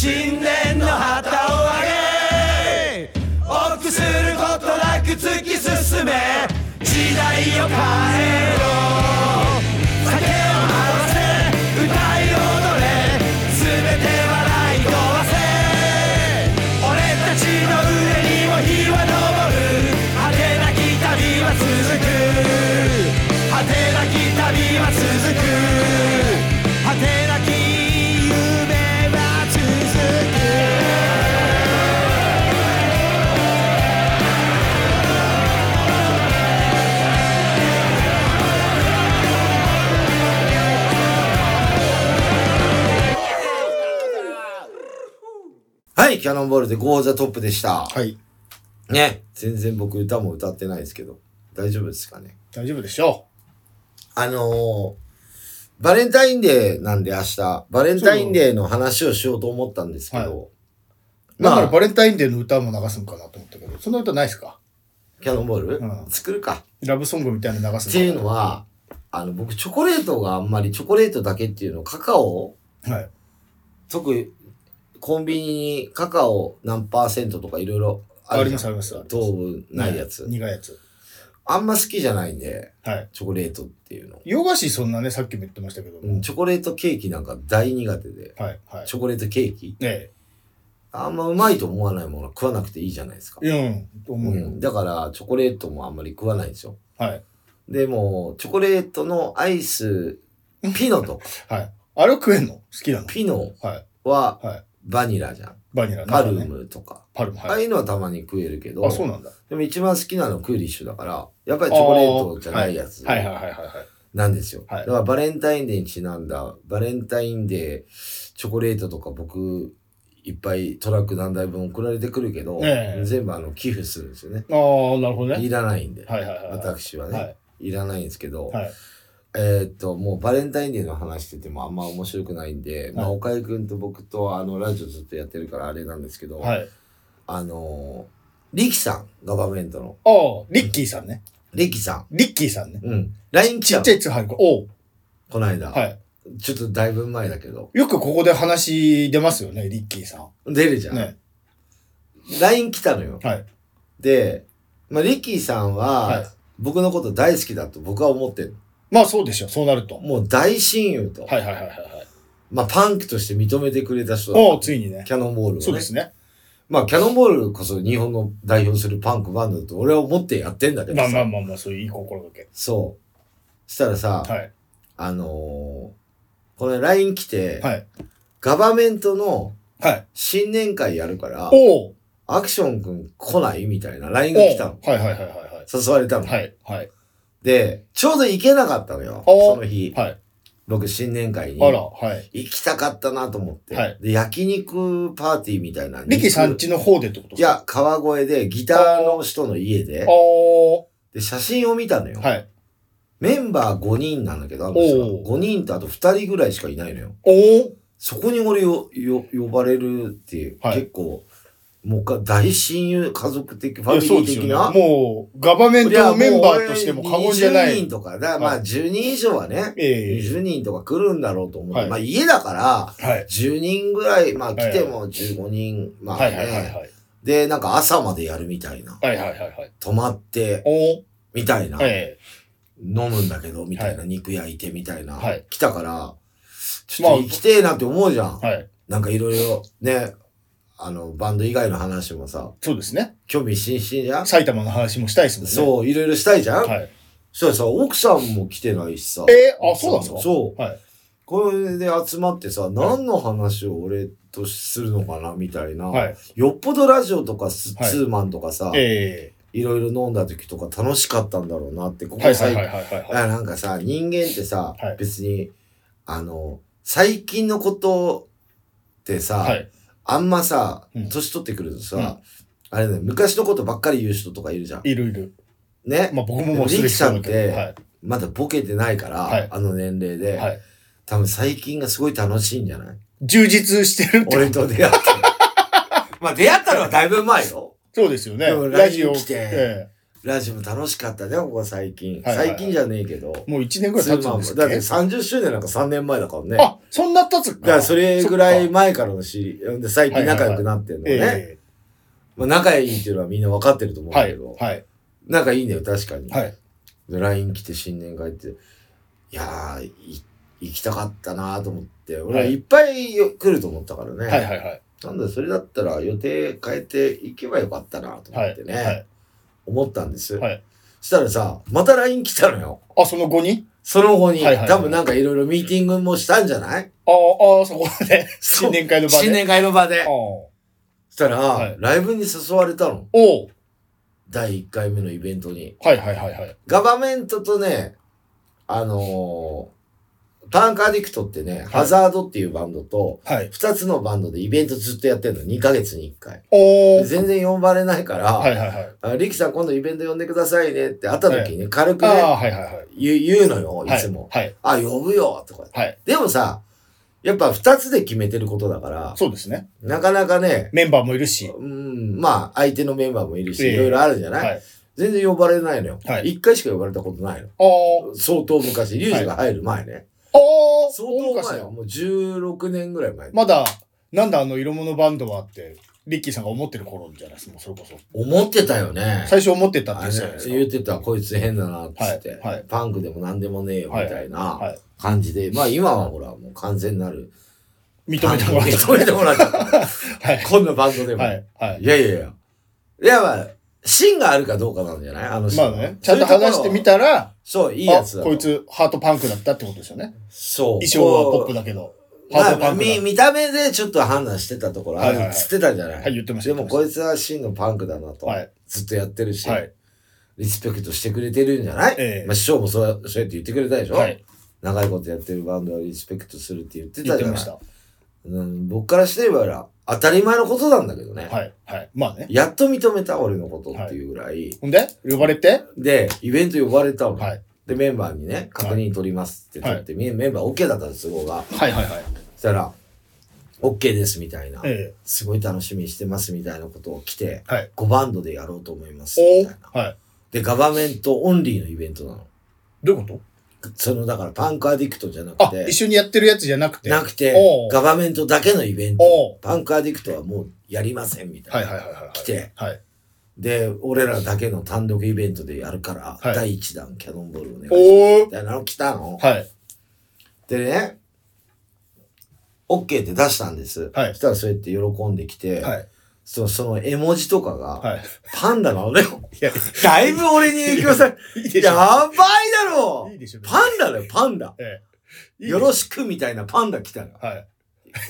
新年の旗を上げ臆することなく突き進め時代を変えろ酒を合わせ歌い踊れ全て笑い飛ばせ俺たちの上にも日は昇る果てなき旅は続く果てなき旅は続く果てなき夢は続くはい、キャノンボールでゴーザトップでした。 はい。 ね、全然僕歌も歌ってないですけど、大丈夫ですかね。 大丈夫でしょう。あのー、バレンタインデーなんで明日、バレンタインデーの話をしようと思ったんですけど、はい、 まあ、だからバレンタインデーの歌も流すんかなと思ったけど、そんな歌ないですか？ キャノンボール、 うん、 作るか。 ラブソングみたいなの流すんかな。 っていうのは、あの、僕チョコレートがあんまり、チョコレートだけっていうの、カカオ、 はい。 特に、コンビニにカカオ何パーセントとかいろいろあるじゃん。 ありますあります。 糖分ないやつ、 ね。苦いやつ。 あんま好きじゃないんで、 はい、 チョコレートっていうの。 洋菓子そんなね、さっきも言ってましたけども、 うん、チョコレートケーキなんか大苦手で、 はいはい、 チョコレートケーキ、 ね、 あんまうまいと思わないものは食わなくていいじゃないですか。 うん、思うよ、うん。 だからチョコレートもあんまり食わないんですよ。 はい。 でも、チョコレートのアイス、ピノとか。はい。あれ食えんの？好きなの？ ピノは、はい、バニラじゃん。 バニラ、ね、 パルムとか。 パルム、はい。 ああいうのはたまに食えるけど。 あ、そうなんだ。 でも一番好きなのクーリッシュだから、やっぱりチョコレートじゃないやつ。 はいはいはいはいはい。 なんですよ。 はい、 だからバレンタインデーにちなんだ、バレンタインデー、チョコレートとか僕、いっぱいトラック何台分送られてくるけど、えー、全部あの寄付するんですよね。 ああ、なるほどね。 いらないんで。 はいはいはい、 私はね、はい。いらないんですけど、 はい、 えー、っと、もうバレンタインデーの話しててもあんま面白くないんで、はい、まあ、岡井くんと僕とあのラジオずっとやってるからあれなんですけど、 はい、 あのー、リキさん、ガバメントの。 ああ、リッキーさんね。 リキさん。 リッキーさんね。 うん。ライン 来たの。 ちっちゃい通販おう。 この間。 はい。 ちょっとだいぶ前だけど。 よくここで話出ますよね、リッキーさん。出るじゃん。ね。ライン 来たのよ。 はい。 で、まあ、リッキーさんは、はい、僕のこと大好きだと僕は思ってる。 まあそうでしょ、そうなると。 もう大親友と。 はいはいはいはい。 まあパンクとして認めてくれた人だ。 おついにね。 キャノンボールをね。 そうですね。 まあキャノンボールこそ日本の代表するパンクバンドだと俺は思ってやってんだけどさ。 まあまあまあまあ、そういういい心がけ。 そう。したらさ、 はい、 あのー、この ライン 来て、 はい、 ガバメントの新年会やるから、 はい、 アクション君来ないみたいな ライン が来たの。 はいはいはいはい、はい。 誘われたの。 はいはい。 で、ちょうど行けなかったのよ。その日。 はい。 僕、新年会に。 あら、はい。 行きたかったなと思って。 はい。 で、焼肉パーティーみたいな。 リキさんちの方でってことですか？ いや、川越で、ギターの人の家で。で、写真を見たのよ。 はい。 メンバーごにんなんだけど、あの人はごにんとあとふたりぐらいしかいないのよ。 おー。 そこに俺よ、よ、呼ばれるっていう、はい、結構、もうか大親友、家族的、ファミリー的な。 ね、もう、ガバメントのメンバーとしても過言じゃない。 にじゅうにんとか、だまあじゅうにん以上はね、 えー、 にじゅうにんとか来るんだろうと思って、 はい、 まあ家だから、 はい、 じゅうにんぐらい、まあ来てもじゅうごにん、まあね、 はいはいはいはい、 で、なんか朝までやるみたいな。 はいはいはいはい、 泊まって、みたいな、 えー。飲むんだけど、みたいな、はい、肉焼いてみたいな、 はい、 来たから、ちょっと行きてえなって思うじゃん。 はい、 なんかいろいろね、あの、バンド以外の話もさ。 そうですね。 興味津々じゃん。 埼玉の話もしたいですもんね。 そう、いろいろしたいじゃん。 はい。 そしたらさ、奥さんも来てないしさ。 えー、あ、そうなんですか？ そう。 はい。 これで集まってさ、何の話を俺とするのかなみたいな。 はい。 よっぽどラジオとかス、はい、ツーマンとかさ、 ええー、いろいろ飲んだ時とか楽しかったんだろうなって、ここ最近。はいはいはいはい、はい。なんかさ、人間ってさ、はい、別に、あの、最近のことってさ、はい、あんまさ、年取ってくるとさ、うん、あれね、昔のことばっかり言う人とかいるじゃん。 いるいる。 ね。 まあ僕ももうリキさんって、まだボケてないから、はい、あの年齢で、はい、多分最近がすごい楽しいんじゃない？ 充実してるって。 俺と出会って。まあ出会ったのはだいぶ前よ。 そうですよね。 でもラジオ来て、ええ、 ラジオも楽しかったね、ここ最近。 はいはいはい、 最近じゃねえけど。 もういちねんぐらい経つんですか。 だってさんじゅっしゅうねんなんかさんねんまえだからね。 あ、そんな経つか。 だからそれぐらい前からの知り、で最近仲良くなってるのね。はいはいはいえー、まあ仲いいっていうのはみんな分かってると思うんだけど。はい。はい、仲いいんだよ、確かに。はい。で、ライン 来て新年会って、いやー、い行きたかったなと思って、俺はいっぱい来ると思ったからね。はいはいはい。なんだ、それだったら予定変えて行けばよかったなと思ってね。はいはい、思ったんです。はい。そしたらさ、また ライン 来たのよ。 あ、その後にその後に。はいはいはい、多分なんかいろいろミーティングもしたんじゃない？ ああ、ああ、そこで。新年会の場で。 新年会の場で。そしたら、はい、ライブに誘われたの。おだいいっかいめのイベントに。はいはいはいはい。ガバメントとね、あのー、パンクアディクトってね、はい、ハザードっていうバンドと、はい、ふたつのバンドでイベントずっとやってるの。にかげつにいっかい。お全然呼ばれないから、はいはいはい、あリキさん今度イベント呼んでくださいねって会った時に、ね、はい、軽くね、はいはいはい、言, 言うのよ、いつも。はいはい、あ、呼ぶよとか、はい。でもさ、やっぱふたつで決めてることだから、そうですね。なかなかね、メンバーもいるし、うん、まあ相手のメンバーもいるし、えー、いろいろあるじゃない、はい、全然呼ばれないのよ。はい、いっかいしか呼ばれたことないの。相当昔、リュウジが入る前ね。はいおー相当前よ。もうじゅうろくねんぐらい前。まだ、なんだあの色物バンドはって、リッキーさんが思ってる頃じゃないですか、それこそ。思ってたよね。最初思ってたって言ってたじゃないですか。言ってた、こいつ変だな、っつって、はいはい。パンクでもなんでもねえよ、みたいな感じで。はいはい、まあ今はほら、もう完全なる。認めてもらった。認めてもらった。はい、こんなバンドでも。はいはい、いやいやいや。いやまあ、芯があるかどうかなんじゃないあのまあね。ちゃんと話してみたら、そう、いいやつだ。こいつ、ハートパンクだったってことですよね。そう。衣装はポップだけど。ハートパンクだ。まあ、見、見た目でちょっと判断してたところあるっつってたじゃない。はい、はい、言ってました。でもこいつは真のパンクだなと。はい。ずっとやってるし。はい。リスペクトしてくれてるんじゃないええ。まあ、師匠もそう、そうやって言ってくれたでしょはい。長いことやってるバンドはリスペクトするって言ってたじゃない。言ってました。うん、僕からしてみれば、当たり前のことなんだけどね。はい。はい。まあね。やっと認めた俺のことっていうぐらい。ほんで呼ばれてで、イベント呼ばれたの。はい。で、メンバーにね、確認取りますって言って、はい、メンバー OK だったんです、都合が。はいはいはい。そしたら、OK ですみたいな、ええ。すごい楽しみにしてますみたいなことを来て、はい、ごバンドでやろうと思いますみたいな。はい。で、ガバメントオンリーのイベントなの。どういうことその、だからパンクアディクトじゃなくて。あ、一緒にやってるやつじゃなくて。なくて、ガバメントだけのイベント。パンクアディクトはもうやりませんみたいな。はいはいはいはい。来て。はい。で、俺らだけの単独イベントでやるから、はい、だいいちだんキャノンボールお願いします。みたいなの来たの。はい。でね、OK って出したんです。はい。そしたらそうやって喜んできて、はい。その、その絵文字とかが、はい、パンダなのね。いや、だいぶ俺に影響され、いいでしょやばいだろいいでしょパンダだよ、パンダ。ええ、いいよろしくみたいなパンダ来たの。はい。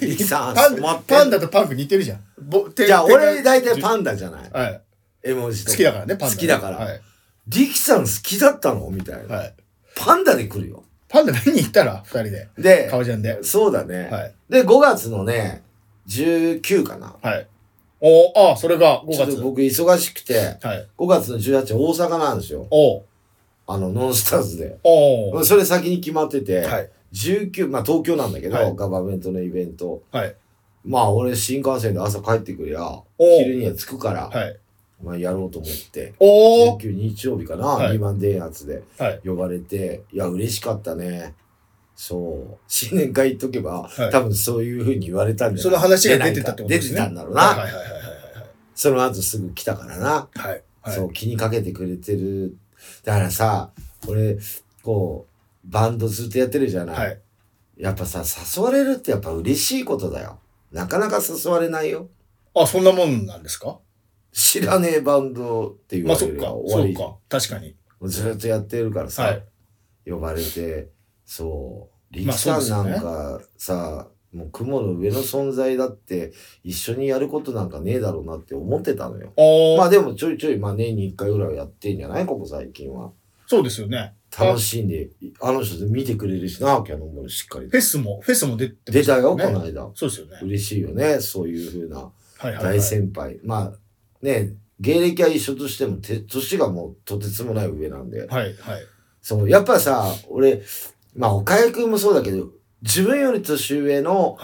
リキさん、パンダ、パンダとパンク似てるじゃん。ぼじゃあ、俺大体パンダじゃない。はい。絵文字とか。好きだからね、パンダ、ね。好きだから。はい。リキさん好きだったのみたいな。はい。パンダで来るよ。パンダ見に行ったら、二人で。で、革ジャンで。そうだね。はい。で、ごがつのね、じゅうくかな。はい。おああ、それがごがつ。僕忙しくて、はい、ごがつのじゅうはちにち大阪なんですよ。おあの、ノンスターズで。おそれ先に決まってて、はい、じゅうく、まあ東京なんだけど、はい、ガバメントのイベント。はい、まあ俺新幹線で朝帰ってくりゃ、昼には着くから、はい、まあやろうと思って、じゅうく日曜日かな、はい、にばん電圧で呼ばれて、いや、嬉しかったね。そう。新年会行っとけば、はい、多分そういう風に言われたんだよ。その話が出てたってことですね。出てたんだろうな。はいはいはいはい、はい。その後すぐ来たからな。はい。はい、そう、気にかけてくれてる。だからさ、俺、こう、バンドずっとやってるじゃない。はい。やっぱさ、誘われるってやっぱ嬉しいことだよ。なかなか誘われないよ。あ、そんなもんなんですか？知らねえバンドって言われるよ。まあそっか。そうか。確かに。ずっとやってるからさ、はい、呼ばれて、そう。リキさんなんかさ、まあもう雲の上の存在だって一緒にやることなんかねえだろうなって思ってたのよ。まあでもちょいちょいまあ年にいっかいぐらいはやってんじゃないここ最近は。そうですよね。楽しんで、あの人で見てくれるしな、キャノンボールしっかり。フェスも、フェスも出てましたよね。出たよ、この間。そうですよね。嬉しいよね、そういう風な大先輩。はいはいはい、まあね、芸歴は一緒としても、年がもうとてつもない上なんで。はいはい。そう、やっぱさ、俺、まあ岡井くんもそうだけど、自分より年上の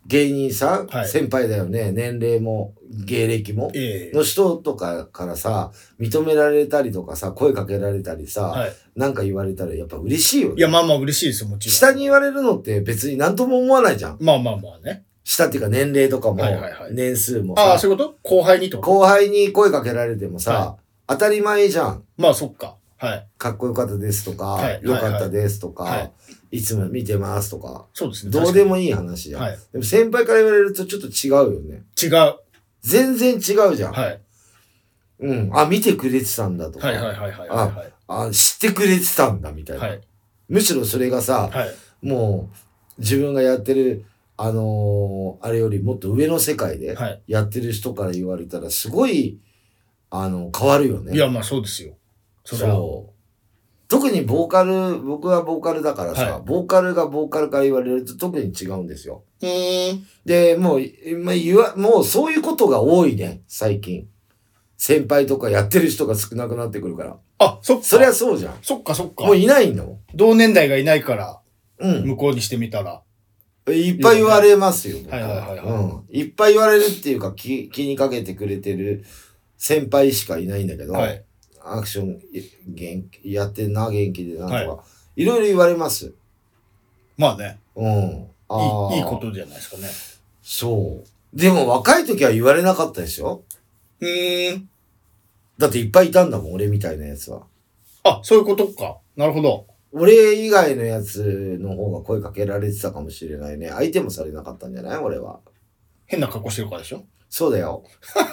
芸人さん、 はい、 先輩だよね、年齢も芸歴も、えー、の人とかからさ認められたりとかさ声かけられたりさ、はい、なんか言われたらやっぱ嬉しいよね。 いやまあまあ嬉しいですよもちろん。 下に言われるのって別に何とも思わないじゃん。 まあまあまあね。 下っていうか年齢とかも、はいはいはい、年数もさ。 ああそういうこと？後輩にと後輩に声かけられてもさ、はい、当たり前じゃん。 まあそっか。はい。 かっこよかったですとか、はい、よかったですとか、はいはい、いつも見てますとか。 そうですね。 どうでもいい話じゃん。はい、でも先輩から言われるとちょっと違うよね。 違う。 全然違うじゃん。はい。うん。あ、見てくれてたんだとか。 はいはいはいはい、はい、 あ。あ、知ってくれてたんだみたいな。はい、むしろそれがさ、はい、もう自分がやってる、あのー、あれよりもっと上の世界でやってる人から言われたらすごい、あの、変わるよね。 いや、まあそうですよ。 そそう。特にボーカル、僕はボーカルだからさ、はい、ボーカルがボーカルから言われると特に違うんですよ。 へー。 で、もう、まあ、言わ、もうそういうことが多いね、最近。先輩とかやってる人が少なくなってくるから。 あ、そっか。 そりゃそうじゃん。 そっかそっか。 もういないんだもん。 同年代がいないから、うん。向こうにしてみたら。 いっぱい言われますよ。 はいはいはい、はい。 うん。いっぱい言われるっていうか気、気にかけてくれてる先輩しかいないんだけど、はい、アクション元気やってんな、元気でなとか、はい、いろいろ言われます。 まあね。 うん。 あいい、いいことじゃないですかね。 そう。でも若い時は言われなかったでしょ？ うーん。 だっていっぱいいたんだもん、俺みたいなやつは。 あ、そういうことか。なるほど。 俺以外のやつの方が声かけられてたかもしれないね。相手もされなかったんじゃない？俺は。 変な格好してるからでしょ？ そうだよ。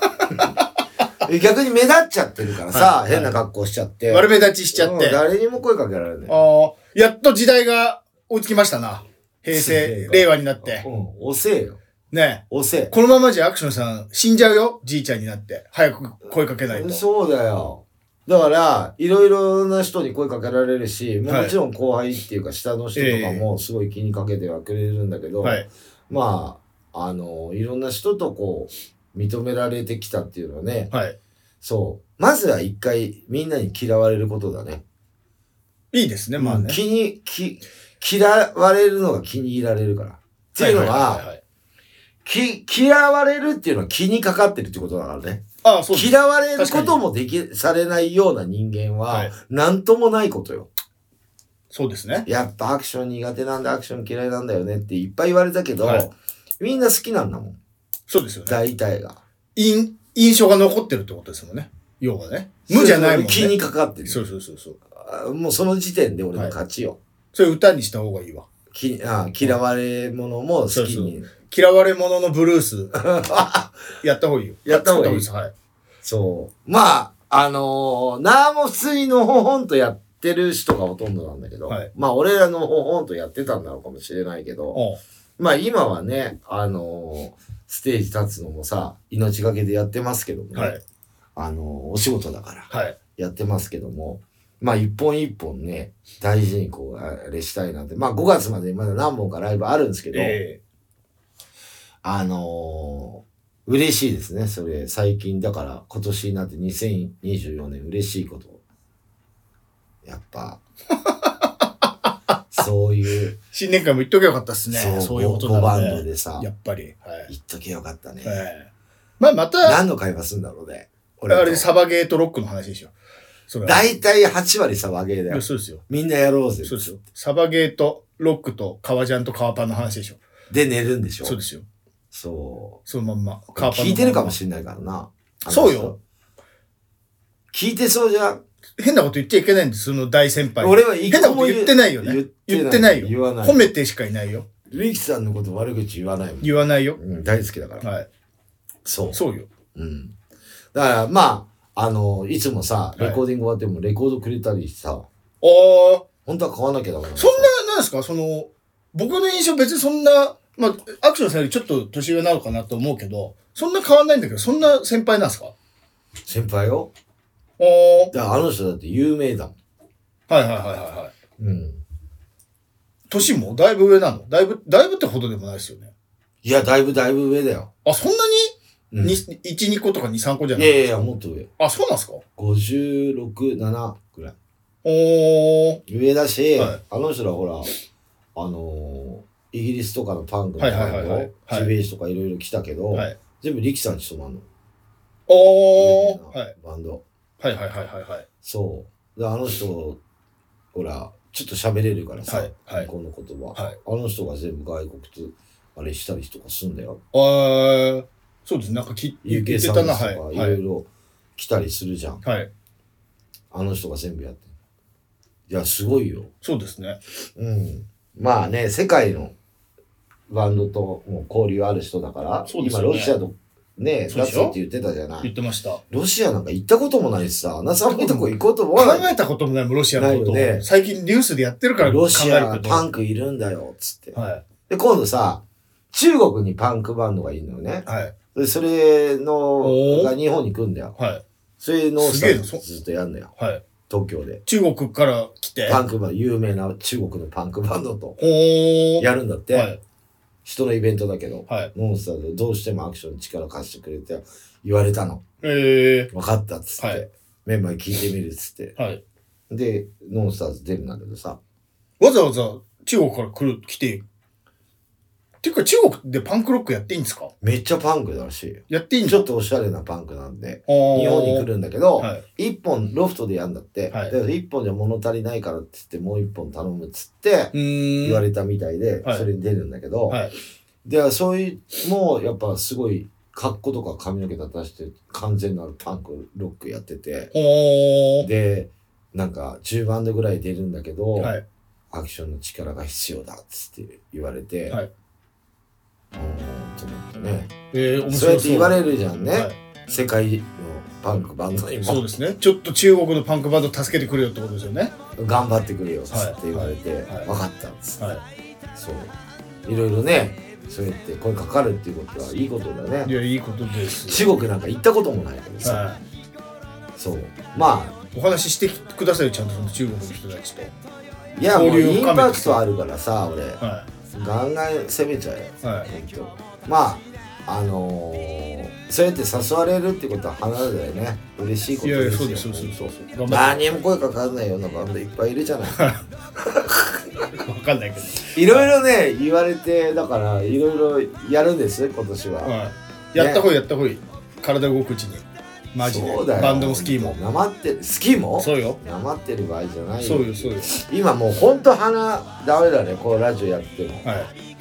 逆に目立っちゃってるからさ、はい、変な格好しちゃって。 悪目立ちしちゃって。 誰にも声かけられない。 ああ、やっと時代が追いつきましたな。平成、令和になって。 うん、遅えよ。 ねえ。 遅え。 このままじゃアクションさん死んじゃうよ。じいちゃんになって。早く声かけないと。 そうだよ。だから、いろいろな人に声かけられるし、もちろん後輩っていうか下の人とかもすごい気にかけてはくれるんだけど、はい、まあ、あの、いろんな人とこう、認められてきたっていうのはね、はい、そう。まずは一回みんなに嫌われることだね。 いいですね、まあね。 気に、き、嫌われるのが気に入られるから。っていうのは、き、嫌われるっていうのは気にかかってるってことだからね。 ああ、そうです。 嫌われることもでき、されないような人間は、なんともないことよ。 そうですね。 やっぱアクション苦手なんだ、アクション嫌いなんだよねっていっぱい言われたけど、はい、みんな好きなんだもん。 そうですよね。 大体が。 印、印象が残ってるってことですもんね。要はね。無じゃないもんね。 気にかかってる。 そうそうそうそう。 もうその時点で俺の勝ちよ。はい、 それ歌にした方がいいわ。 きあ嫌われ者も好きに。そうそう嫌われ者のブルース。やった方がいいよ。 やった方がいい。はい。そう。まあ、あのー、なーも普通にのほほんとやってる人がほとんどなんだけど、はい、まあ俺らのほほんとやってたんだろうかもしれないけど、まあ今はね、あのー、ステージ立つのもさ、命がけでやってますけどもね、はい、あのー、お仕事だからやってますけども、はい、まあ一本一本ね、大事にこう、あれしたいなんて、まあごがつまでまだ何本かライブあるんですけど、えー、あのー、嬉しいですね、それ。最近、だから今年になってにせんにじゅうよねん嬉しいこと。やっぱ、そういう。 新年会も言っとけよかったっすね。そう、そういうことだね。 ごバンドでさ。 やっぱり。 はい、言っとけよかったね。 はい、まあまた。 何の会話するんだろうね。 俺あれサバゲーとロックの話でしょ。 大体はち割サバゲーだよ。 そうですよ。 みんなやろうぜ。 そうですよ。サバゲーとロックと革ジャンと革パンの話でしょ。 で寝るんでしょ。 そうですよ。 そう。 そのまんま。 聞いてるかもしれないからな。 そうよ。 聞いてそうじゃん。 変なこと言っちゃいけないんです、その大先輩。 俺は一個も言ってないよね。言ってない。言ってないよ。 言わない。 褒めてしかいないよ。 リキさんのこと悪口言わないもん。 言わないよ。 うん、大好きだから。 はい。 そう。 そうよ。 うん。だから、まあ、あの、いつもさ、レコーディング終わってもレコードくれたりさ。はい、ああ。本当は買わなきゃダメなんそんな、なんですかその、僕の印象別にそんな、まあ、アクションさんよりちょっと年上なのかなと思うけど、そんな変わんないんだけど、そんな先輩なんですか？ 先輩よ。 おー。 だからあの人だって有名だもん。 はいはいはいはいはい。 うん。 年もだいぶ上なの？だいぶ、だいぶってほどでもないですよね。 いや、だいぶだいぶ上だよ。 あ、そんなに、うん、いち、にこ、とかに、さんこじゃない？ いやいや、もっと上。 あ、そうなんすか？ ごじゅうろく、ななぐらい。 おー。 上だし、はい、あの人らほら、あのー、 イギリスとかのパンクのバンド、 はいはいはいはい、 ジベージとかいろいろ来たけど、はい、全部リキさんち泊まんの。 おー、はい、 バンド。 はいはいはいはいはい。 そう。で、あの人、ほら、ちょっと喋れるからさ、はいはい、向こうの言葉、はい。あの人が全部外国とあれしたりとかすんだよ。 あー、そうです。なんかき言ってたな、はい。いろいろ来たりするじゃん。はい。あの人が全部やってる。いや、すごいよ。 そうですね。 うん。まあね、世界のバンドとも交流ある人だから、そうですよね、今ロシアとね、出すって言ってたじゃない。 言ってました。 ロシアなんか行ったこともないしさ、あんな寒いとこ行こうと思わない。 考えたこともないもん、ロシアのことを。ね、最近ニュースでやってるから考えるけど。 ロシアパンクいるんだよ、つって。はい。で、今度さ、中国にパンクバンドがいるのよね。はい。で、それの、が日本に来るんだよ。はい。それのさ、ずっとやんのよ。はい。東京で。 中国から来て。 パンクバンド、有名な中国のパンクバンドと。やるんだって。はい。人のイベントだけど。はい。モンスターでどうしてもアクションに力貸してくれて言われたの。ええー。分かったっつって。はい。メンバーに聞いてみるっつって。はい。で、モンスターズ出るんだけどさ。 わざわざ中国から来る、来て、っていうか中国でパンクロックやっていいんですか？ めっちゃパンクだらしいよ。 やっていいんだ。 ちょっとおしゃれなパンクなんで、日本に来るんだけど、はい、一本ロフトでやんだって、はい、で一本じゃ物足りないからって言ってもう一本頼むっつって言われたみたいで、それに出るんだけど、はい、で、そういうもうやっぱすごい格好とか髪の毛立たして完全なるパンクロックやってて、で、なんかじゅうバンドぐらい出るんだけど、はい、アクションの力が必要だっつって言われて、はい、うーんと思ってね、えー、面白そう。そうやって言われるじゃんね、はい、世界のパンクバンドにも。 そうですね。ちょっと中国のパンクバンド助けてくれよってことですよね。 頑張ってくれよっつって言われて、はいはい、分かったっつって、はい、そういろいろね、そうやって声かかるっていうことはいいことだね。 いや、いいことです。 中国なんか行ったこともないけどさ、はい、そうまあお話ししてくださいよ、ちゃんとその中国の人たちと。 いや、もうインパクトあるからさ、俺、はい、ガンガン攻めちゃうよ、はい、まああのー、そうやって誘われるってことは花だよね。嬉しいことですよ。いやいや、そうですそうですそうです。何にも声かかんないようなバンドいっぱいいるじゃない分かんないけどいろいろね言われて、だからいろいろやるんです今年は、はい、 やったほうやったほう体動くうちにマジで。バンドもスキーもなまってる。スキーもそうよ。 なまってる場合じゃないよ。 そうよそうよ。 今もうほんと鼻ダメだね、こうラジオやっても。はい、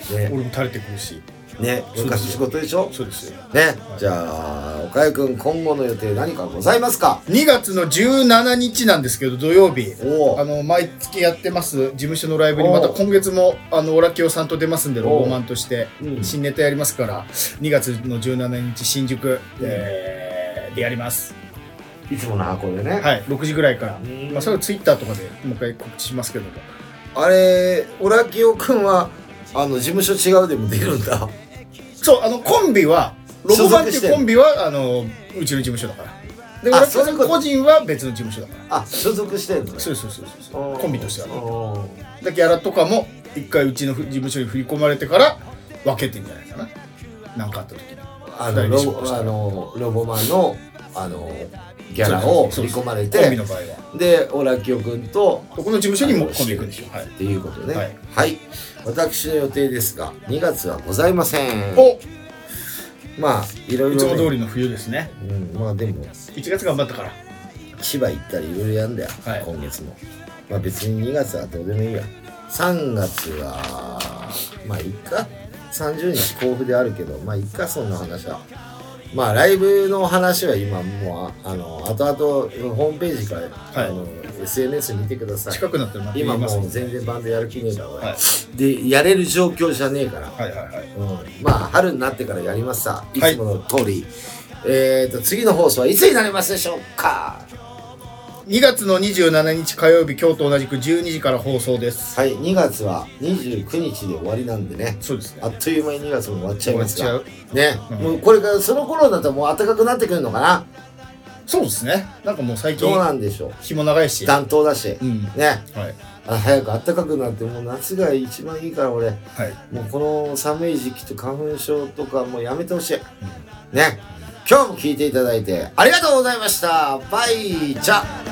ね、俺も垂れてくるしね、昔仕事でしょ。 そうですよね、はい、じゃあ岡谷くん今後の予定何かございますか？ にがつのじゅうしちにちなんですけど、土曜日、あの毎月やってます事務所のライブにまた今月もあのオラキオさんと出ますんで、ロボマンとして新ネタやりますから、にがつのじゅうしちにち新宿、えー、でやります。 いつもの箱でね。 はい、ろくじぐらいから。まあそれをツイッターとかでもう一回告知しますけども。 あれ、オラキオくんはあの事務所違うでも出るんだ。 そう、あのコンビはロボマンっていうコンビはあのうちの事務所だから。で、オラキオさん個人は別の事務所だから。 あ、所属してるのね。 そうそうそうそう。コンビとしては。だギャラとかも一回うちの事務所に振り込まれてから分けてんじゃないかな。なんかあった時に。 あのロボあのロボマンのあのギャラを振り込まれて、でオラキオくんとここの事務所にもコンビ行くんでしょ。 はい。っていうことね。はい。はい、私の予定ですがにがつはございません。 お。 まあいろいろ、ね、いつも通りの冬ですね。 うん、まあでもいちがつ頑張ったから千葉行ったりいろいろやんだよ、はい、今月も。まあ別ににがつはどうでもいいや。さんがつはまあいっか、さんじゅうにち甲府であるけど、まあいっか、そんな話は。まあライブの話は今もうあの後々ホームページから、はい、あの エスエヌエス 見てください。 近くなってるなって今もう全然バンドやる気ねえから、はい、でやれる状況じゃねえから、はいはいはい、うん、まあ春になってからやりますさ、いつもの通り、はい、えーと次の放送はいつになりますでしょうか？ にがつのにじゅうしちにち火曜日、今日と同じくじゅうにじから放送です。 はい、にがつはにじゅうくにちで終わりなんでね。 そうですね。 あっという間ににがつも終わっちゃいますが。 終わっちゃう。 ね、うん、もうこれからその頃だともう暖かくなってくるのかな。 そうですね。なんかもう最近どうなんでしょう。 日も長いし。 暖冬だし、うん、ね。はい。 あ、 早く暖かくなってもう夏が一番いいから俺。はい。もうこの寒い時期と花粉症とかもうやめてほしい。うん、ね。今日も聞いていただいてありがとうございました。バイチャ。